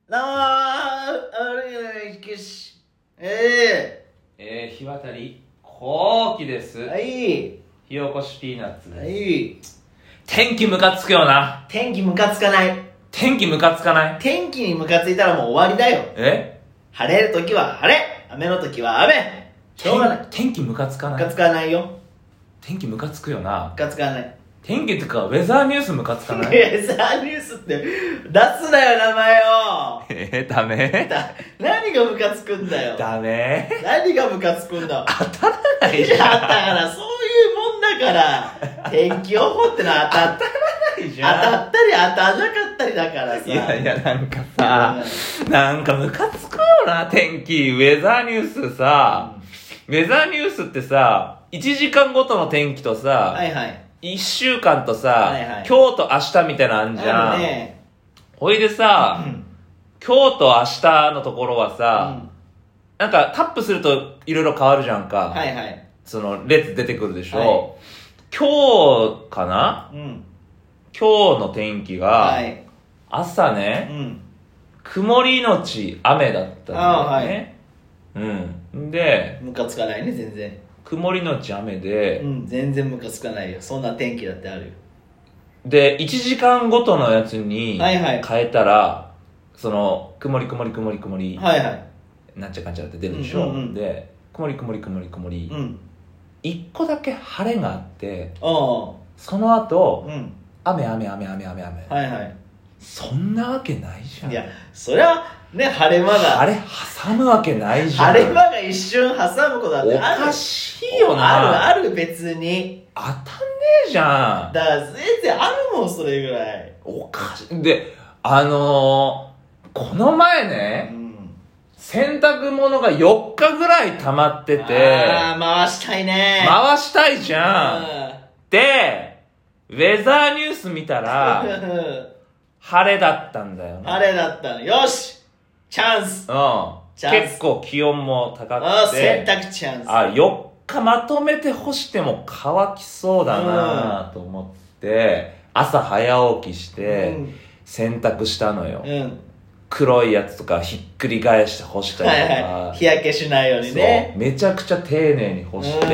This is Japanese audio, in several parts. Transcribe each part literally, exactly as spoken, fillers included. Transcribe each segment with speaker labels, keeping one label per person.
Speaker 1: どうもー、あれよし、え
Speaker 2: えー、日渡り後期です。
Speaker 1: ー、はい、
Speaker 2: 火起こしピーナッツです。
Speaker 1: はい、
Speaker 2: 天気ムカつくよな。
Speaker 1: 天気ムカつかない。
Speaker 2: 天気ムカつかない。
Speaker 1: 天気にムカついたらもう終わりだよ。
Speaker 2: え
Speaker 1: 晴れるときは晴れ、雨のときは雨。しょうがない。
Speaker 2: 天気ムカつかない。
Speaker 1: ムカつかないよ。
Speaker 2: 天気ムカつくよな。
Speaker 1: ムカつかない。
Speaker 2: 天気ってかウェザーニュースムカつかない。
Speaker 1: ウェザーニュースって出すなよ、名前を。
Speaker 2: えー、ダメ
Speaker 1: だ何がムカつくんだよ。
Speaker 2: ダメ
Speaker 1: 何がムカつくんだ。
Speaker 2: 当たらないじゃん。
Speaker 1: いや、だからそういうもんだから。天気予報ってのは当たった
Speaker 2: ないじゃん。
Speaker 1: 当たったり当たらなかったりだからさ。
Speaker 2: いやいや、なんかさ、なんかムカつくよな、天気。ウェザーニュースさ、ウェザーニュースってさ、いちじかんごとの天気とさ、
Speaker 1: はいはい。
Speaker 2: いっしゅうかんとさ、
Speaker 1: はいはい、
Speaker 2: 今日と明日みたいなのあんじゃん。
Speaker 1: あるね。
Speaker 2: ほいでさ、
Speaker 1: うん、
Speaker 2: 今日と明日のところはさ、
Speaker 1: うん、なん
Speaker 2: かタップするといろいろ変わるじゃんか。
Speaker 1: はいはい。
Speaker 2: その列出てくるでしょ。
Speaker 1: はい、
Speaker 2: 今日かな、
Speaker 1: うん、
Speaker 2: 今日の天気が、
Speaker 1: はい、
Speaker 2: 朝ね、
Speaker 1: うん、
Speaker 2: 曇りのち雨だったんだよね。
Speaker 1: あ、はい、
Speaker 2: うん。で、
Speaker 1: ムカつかないね、全然。
Speaker 2: 曇りのち雨で、
Speaker 1: うん、全然ムカつかないよ。そんな天気だってあるよ。
Speaker 2: で、いちじかんごとのやつに
Speaker 1: はいはい
Speaker 2: 変えたら、その、曇り曇り曇り曇り、
Speaker 1: はいはい。
Speaker 2: なんちゃかんちゃって出るでしょ。
Speaker 1: うんうんうん、
Speaker 2: で、曇り曇り曇り曇り、
Speaker 1: うん。
Speaker 2: 一個だけ晴れがあって、
Speaker 1: ああ。
Speaker 2: その後、
Speaker 1: うん。
Speaker 2: 雨雨雨雨雨雨。
Speaker 1: はいはい。
Speaker 2: そんなわけないじゃん。
Speaker 1: いや、そりゃ、ね、晴れ間が。
Speaker 2: 晴れ挟むわけないじゃん。
Speaker 1: 晴れ間が一瞬挟むことだってある。
Speaker 2: おかしいよな。
Speaker 1: あるある別に。
Speaker 2: 当たんねえじゃん。
Speaker 1: だから全然あるもん、それぐらい。
Speaker 2: おかしい。で、あのー、この前ね、うん、洗濯物がよっかぐらい溜まってて。
Speaker 1: ああ、回したいね。
Speaker 2: 回したいじゃん。で、ウェザーニュース見たら、晴れだったんだよね。
Speaker 1: 晴れだったの。よしチャンス。
Speaker 2: うん。結構気温も高くて。
Speaker 1: ああ、洗濯チャンス。
Speaker 2: あ、よっかまとめて干しても乾きそうだなと思って、うん、朝早起きして、洗濯したのよ。うん。黒いやつとかひっくり返して干したりとか。はいはい、
Speaker 1: 日焼けしないようにね。
Speaker 2: そう。めちゃくちゃ丁寧に干して、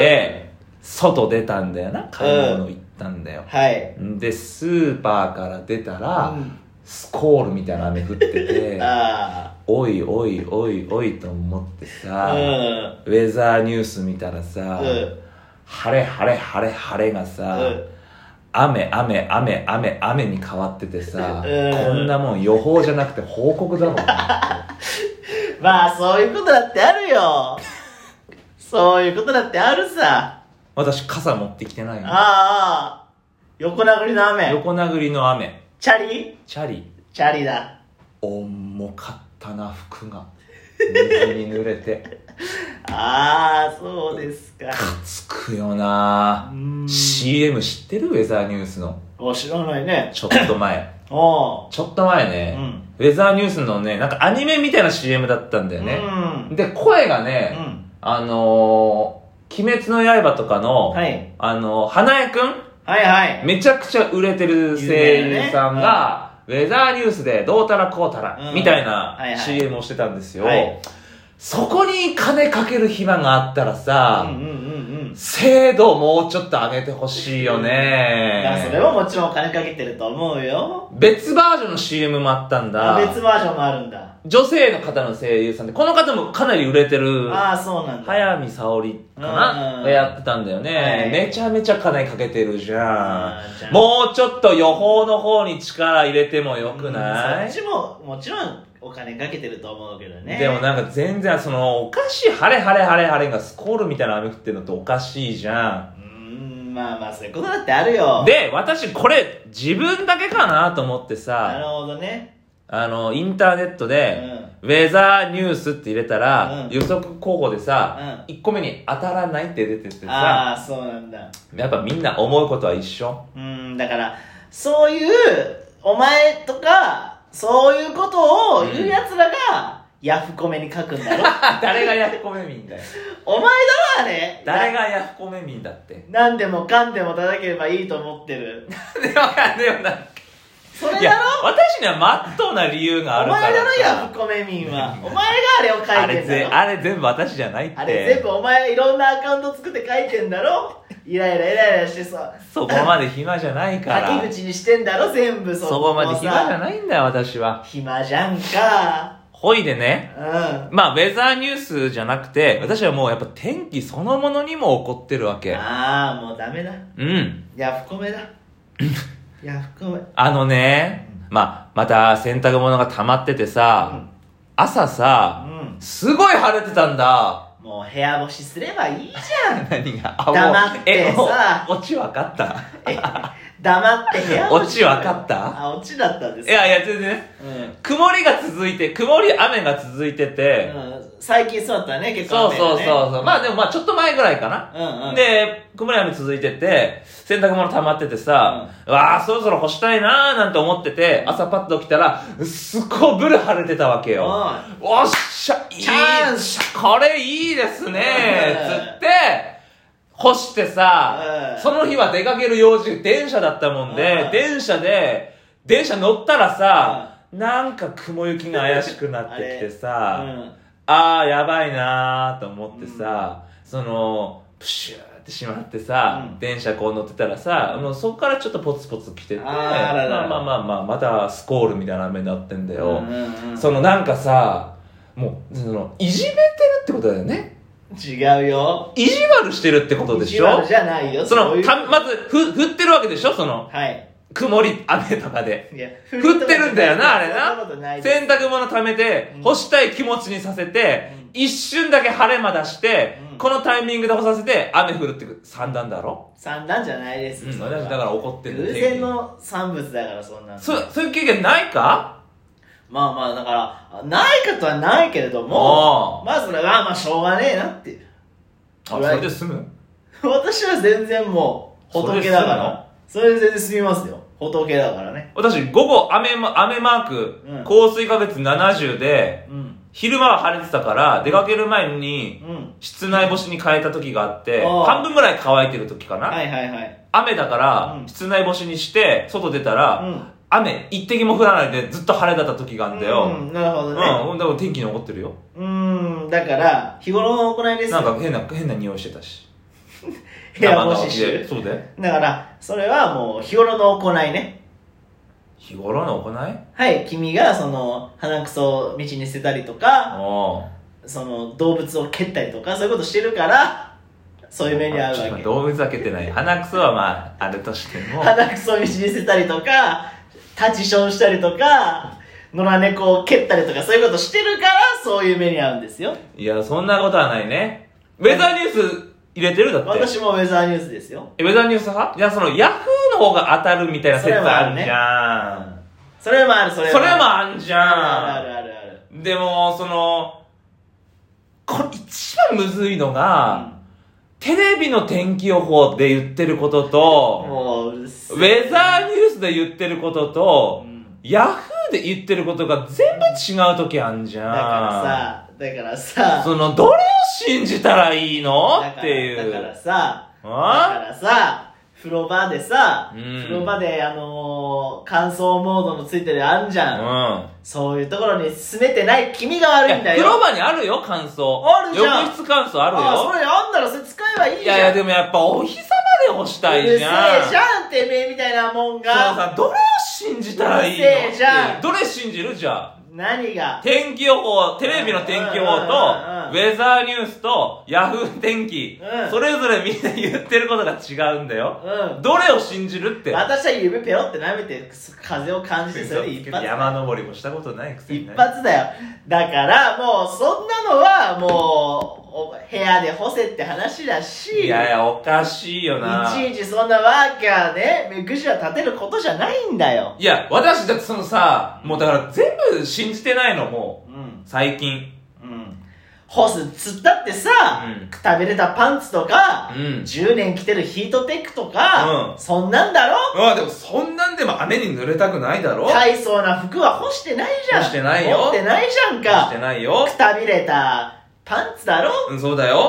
Speaker 2: うん、外出たんだよな。買い物行ったんだよ。うん、はい。で、スーパーから出たら、うん、スコールみたいな雨降ってて、あおいおいおいおいと思ってさ、うん、ウェザーニュース見たらさ、うん、晴れ晴れ晴れ晴れがさ、うん、雨雨雨雨雨に変わっててさ、うん、こんなもん予報じゃなくて報告だもん
Speaker 1: まあそういうことだってあるよそういうことだってあるさ。
Speaker 2: 私傘持ってきてないの。
Speaker 1: ああ、横殴りの雨。
Speaker 2: 横殴りの雨。
Speaker 1: チャリ
Speaker 2: チャリ
Speaker 1: チャリだ。
Speaker 2: 重かったな、服が水に濡れて
Speaker 1: ああ、そうですか。
Speaker 2: かつくよな。 シーエム 知ってる？ウェザーニュースの。
Speaker 1: お、知らないね。
Speaker 2: ちょっと前おちょっと前ね、うん、ウェザーニュースのね、なんかアニメみたいな シーエム だったんだよね、うん、で、声がね、うん、あのー、鬼滅の刃とかの、はい、あのー、花江くん、はいはい。めちゃくちゃ売れてる声優さんが、ね、うん、ウェザーニュースでどうたらこうたら、うん、みたいな シーエム をしてたんですよ。はい、そこに金かける暇があったらさ、うんうんうんうん、精度もうちょっと上げてほしいよね。
Speaker 1: いや、それはもちろん金かけてると思うよ。
Speaker 2: 別バージョンの シーエム もあったんだ。
Speaker 1: あ、別バージョンもあるんだ。
Speaker 2: 女性の方の声優さんで、この方もかなり売れてる。
Speaker 1: ああ、そうなんだ。
Speaker 2: 早見沙織かながやってたんだよね、はい。めちゃめちゃ金かけてるじゃん。もうちょっと予報の方に力入れてもよくない？
Speaker 1: うん、そっちももちろんお金かけてると思うけどね。
Speaker 2: でもなんか全然そのおかしい、晴れ晴れ晴れ晴れがスコールみたいな雨降ってるのっておかしいじゃん。
Speaker 1: うーん、まあまあそういうことだってあるよ。
Speaker 2: で、私これ自分だけかなと思ってさ。
Speaker 1: なるほどね。
Speaker 2: あの、インターネットで、うん、ウェザーニュースって入れたら、うん、予測候補でさ、うん、いっこめに当たらないって出ててさ。
Speaker 1: ああ、そうなんだ。
Speaker 2: やっぱみんな思うことは一緒。
Speaker 1: うん、だから、そういう、お前とか、そういうことを言う奴らが、ヤフコメに書くんだろ。
Speaker 2: 誰がヤフコメ民だよ。
Speaker 1: お前だわ、あれ。
Speaker 2: 誰がヤフコメ民だって。
Speaker 1: 何でもかんでも叩ければいいと思ってる。
Speaker 2: なんでわかんねえよな。
Speaker 1: それだろ。
Speaker 2: いや、私にはまっとうな理由があるから。
Speaker 1: お前だろ、ヤフコメ民は。お前があれを書いてんだろ。あれぜ、
Speaker 2: あれ全部私じゃないって。
Speaker 1: あれ全部お前いろんなアカウント作って書いてんだろ。イライライライラしてさ。
Speaker 2: そこまで暇じゃないから。
Speaker 1: 書き口にしてんだろ、全部。
Speaker 2: そこまで暇じゃないんだよ、私は。
Speaker 1: 暇じゃんか。
Speaker 2: ほいでね、
Speaker 1: うん、
Speaker 2: まあウェザーニュースじゃなくて、私はもうやっぱ天気そのものにも起こってるわけ。
Speaker 1: ああ、もうダメだ。
Speaker 2: うん。
Speaker 1: ヤフコメだ。ヤフコメ。
Speaker 2: あのね、うん、まあまた洗濯物が溜まっててさ、うん、朝さ、うん、すごい晴れてたんだ。
Speaker 1: もう部屋干しすればいいじゃん。
Speaker 2: 何が
Speaker 1: 黙ってさ。
Speaker 2: オチ分かった
Speaker 1: え黙って部屋干し。
Speaker 2: オチ分かった？
Speaker 1: あ、オチだったんですか？
Speaker 2: いやいや、全然ね、うん。曇りが続いて、曇り雨が続いてて。
Speaker 1: うん、最近そうだったね、結構雨、ね。
Speaker 2: そうそうそうそう。まあでもまあちょっと前ぐらいかな。
Speaker 1: うんうん。
Speaker 2: で、曇り雨続いてて、洗濯物溜まっててさ、うん、わあ、そろそろ干したいなーなんて思ってて、朝パッと起きたら、すこぶる晴れてたわけよ。おっしゃ、いい、
Speaker 1: チャンス
Speaker 2: これいいですねーつって、干してさ、うん、その日は出かける用事、電車だったもんで、うん、電車で、電車乗ったらさ、うん、なんか雲行きが怪しくなってきてさ、うん、あーやばいなーと思ってさ、うん、その、プシューってしまってさ、うん、電車こう乗ってたらさ、もうそこからちょっとポツポツ来てて、
Speaker 1: あーらら
Speaker 2: まあまあまあまあ、またスコールみたいな雨になってんだよ。
Speaker 1: うんうんうん、
Speaker 2: そのなんかさ、もう、その、いじめてるってことだよね。
Speaker 1: 違うよ。
Speaker 2: 意地悪してるってことでしょ？
Speaker 1: 意地悪じゃないよ。
Speaker 2: その、
Speaker 1: ういう
Speaker 2: た、まず、ふ、降ってるわけでしょその、
Speaker 1: はい。
Speaker 2: 曇り、雨とかで。
Speaker 1: いや、
Speaker 2: 降ってるんだよな、あれな。
Speaker 1: な
Speaker 2: 洗濯物溜めて、うん、干したい気持ちにさせて、うん、一瞬だけ晴れ間出して、うん、このタイミングで干させて、雨降るって三段だろ？
Speaker 1: 三段じゃないです。
Speaker 2: うん、それだから怒ってる。
Speaker 1: 偶然の産物だから、そんな。
Speaker 2: そ、そういう経験ないか？
Speaker 1: まあまあ、だから、ないかとはないけれども、まあそれはまあしょうがねえなっていう。
Speaker 2: あ、それで済む？
Speaker 1: 私は全然もう、仏だから。それで全然済みますよ。仏だからね。
Speaker 2: 私、午後雨、雨マーク、うん、降水確率ななじゅうで、うん、昼間は晴れてたから、出かける前に、うん、室内干しに変えた時があって、半分ぐらい乾いてる時かな。
Speaker 1: はいはいはい。
Speaker 2: 雨だから、室内干しにして、外出たら、雨、一滴も降らないでずっと晴れだった時があるんだよ。
Speaker 1: うん、なるほどね。
Speaker 2: うん、でも天気に残ってるよ。
Speaker 1: うーん、だから、日頃の行いですよ。
Speaker 2: なんか変な、変な匂いしてたし。
Speaker 1: 部屋干し臭。
Speaker 2: そうで。
Speaker 1: だから、それはもう日頃の行いね。
Speaker 2: 日頃の行い？
Speaker 1: はい、君がその、鼻くそを道に捨てたりとか、その、動物を蹴ったりとか、そういうことしてるから、そういう目に遭うわけ。
Speaker 2: 動物は蹴ってない。鼻くそはまあ、あるとしても。
Speaker 1: 鼻くそを道に捨てたりとか、立ちションしたりとか、野良猫を蹴ったりとか、そういうことしてるから、そういう目に遭うんですよ。
Speaker 2: いや、そんなことはないね。ウェザーニュース入れてるだって。
Speaker 1: 私もウェザーニュースですよ。
Speaker 2: え、ウェザーニュース派？いや、その、ヤフーの方が当たるみたいな説あるじゃん。
Speaker 1: それもある、それもある。
Speaker 2: それもあるじゃん。
Speaker 1: あるあるあるある。
Speaker 2: でも、その、これ一番むずいのが、うん、テレビの天気予報で言ってることと、
Speaker 1: もう
Speaker 2: ウェザーニュースで言ってることと、うん、ヤフーで言ってることが全部違う時あんじゃん。
Speaker 1: だからさ、だからさ、
Speaker 2: その、どれを信じたらいいのっていう。
Speaker 1: だからさ、だからさ、風呂場でさ、うん、風呂場であのー、乾燥モードのついてるあんじゃん、うん、そういうところに進めてない君が悪いんだよ。
Speaker 2: 風呂場にあるよ乾燥。
Speaker 1: あるじゃん。
Speaker 2: 浴室乾燥あるよ。
Speaker 1: あ、それあんならそれ使えばいいじゃん。
Speaker 2: いやいやでもやっぱお日様で干したいじゃん。うるせ
Speaker 1: えじゃんてめえみたいなもんが。
Speaker 2: そうさ、どれを信じたらいいの？うるせえじゃん。どれ信じる？じゃあ
Speaker 1: 何が？
Speaker 2: 天気予報、テレビの天気予報と、ウェザーニュースと、ヤフー天気、うん、それぞれみんな言ってることが違うんだよ。うん、どれを信じるって。
Speaker 1: 私は指ペロって舐めて、風を感じて、それで一発。
Speaker 2: 山登りもしたことないくせに。
Speaker 1: 一発だよ。だから、もう、そんなのは、もう、部屋で干せって話だし。
Speaker 2: いやいや、おかしいよな。
Speaker 1: いちいちそんなワーキャーね、目くじら立てることじゃないんだよ。
Speaker 2: いや、私だってそのさ、もうだから全部信じてないの、もう。うん、最近。
Speaker 1: うん。干すっつったってさ、うん、食べれたパンツとか、うん、じゅうねん着てるヒートテックとか、うん、そんなんだろ？
Speaker 2: ああ、でもそんなんでも雨に濡れたくないだろ？
Speaker 1: 大層な服は干してないじゃん。
Speaker 2: 干してないよ。
Speaker 1: 干してないじゃんか。
Speaker 2: 干してないよ。
Speaker 1: くたびれたパンツだろ？
Speaker 2: うん、そうだよ。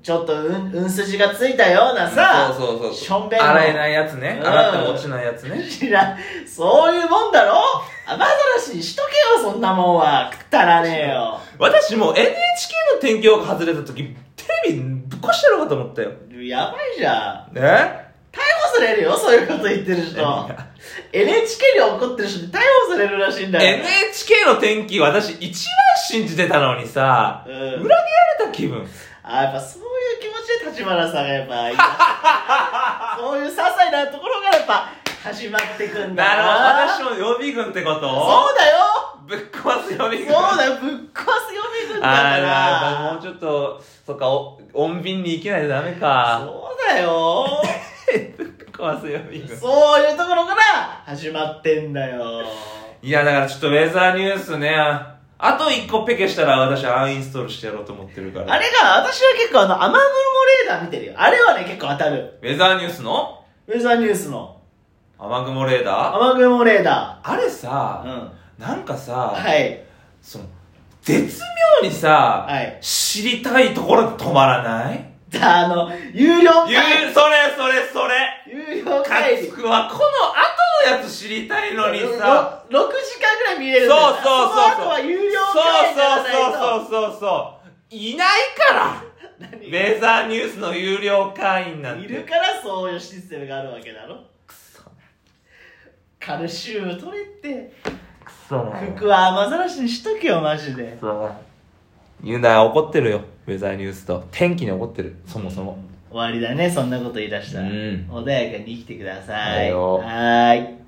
Speaker 1: ちょっとうん、うん筋がついたようなさ、
Speaker 2: そうそうそう。
Speaker 1: しょんべんの。
Speaker 2: 洗えないやつね。洗っても落ちないやつね。
Speaker 1: 知らん。そういうもんだろ雨ざらしにしとけよ、そんなもんは。くったらねえよ。
Speaker 2: 私もう エヌエイチケー の天気予報外れた時、テレビぶっ壊してやろうかと思ったよ。
Speaker 1: やばいじゃん。
Speaker 2: ね
Speaker 1: 逮捕されるよ、そういうこと言ってる人。エヌエイチケー に怒ってる人って逮捕されるらしいんだよ。
Speaker 2: エヌエイチケー の天気、私一番信じてたのにさ、うん、裏切られた気分。
Speaker 1: あ、やっぱそういう気持ちで立花さんがやっぱ、そういう些細なところがやっぱ始まってくんだな。
Speaker 2: なるほど、私も予備軍ってこと？
Speaker 1: そうだよ。
Speaker 2: ぶっ壊す予備軍。
Speaker 1: そうだよ、ぶっ壊す予備軍だから。
Speaker 2: あー、もうちょっと、そっか、お穏便に行けないとダメか。
Speaker 1: そうだよ。
Speaker 2: ぶっ壊す予備軍。
Speaker 1: そういうところから始まってんだよ。
Speaker 2: いや、だからちょっとウェザーニュースね、あと一個ペケしたら私アンインストールしてやろうと思ってるから。
Speaker 1: あれが、私は結構あの、雨雲レーダー見てるよ。あれはね、結構当たる。
Speaker 2: ウェザーニュースの
Speaker 1: ウェザーニュースの。
Speaker 2: 雨雲レーダー
Speaker 1: 雨雲レーダ
Speaker 2: ー。あれさ、
Speaker 1: うん、
Speaker 2: なんかさ、
Speaker 1: はい。
Speaker 2: その、絶妙にさ、
Speaker 1: はい、
Speaker 2: 知りたいところで止まらない？
Speaker 1: あの、有料
Speaker 2: 会議。それそれそれ
Speaker 1: 有料会議。
Speaker 2: かつくはこの後のやつ知りたいのにさ。
Speaker 1: ろくじかんぐらい見れるんだよ。
Speaker 2: そうそうそうそう。
Speaker 1: その後は有料会議じゃないと。
Speaker 2: そうそうそうそうそう。いないからウェザーニュースの有料会員なんて。
Speaker 1: いるからそういうシステムがあるわけだろ。くそ。カルシウム取れって。
Speaker 2: くそな。
Speaker 1: 服は雨ざらしにしとけよ、マジで。
Speaker 2: くそな。言うなら怒ってるよ、ウェザーニュースと。天気に怒ってる、そもそも。
Speaker 1: 終わりだね、そんなこと言い出したら。うん、穏やかに生きてください。はーい。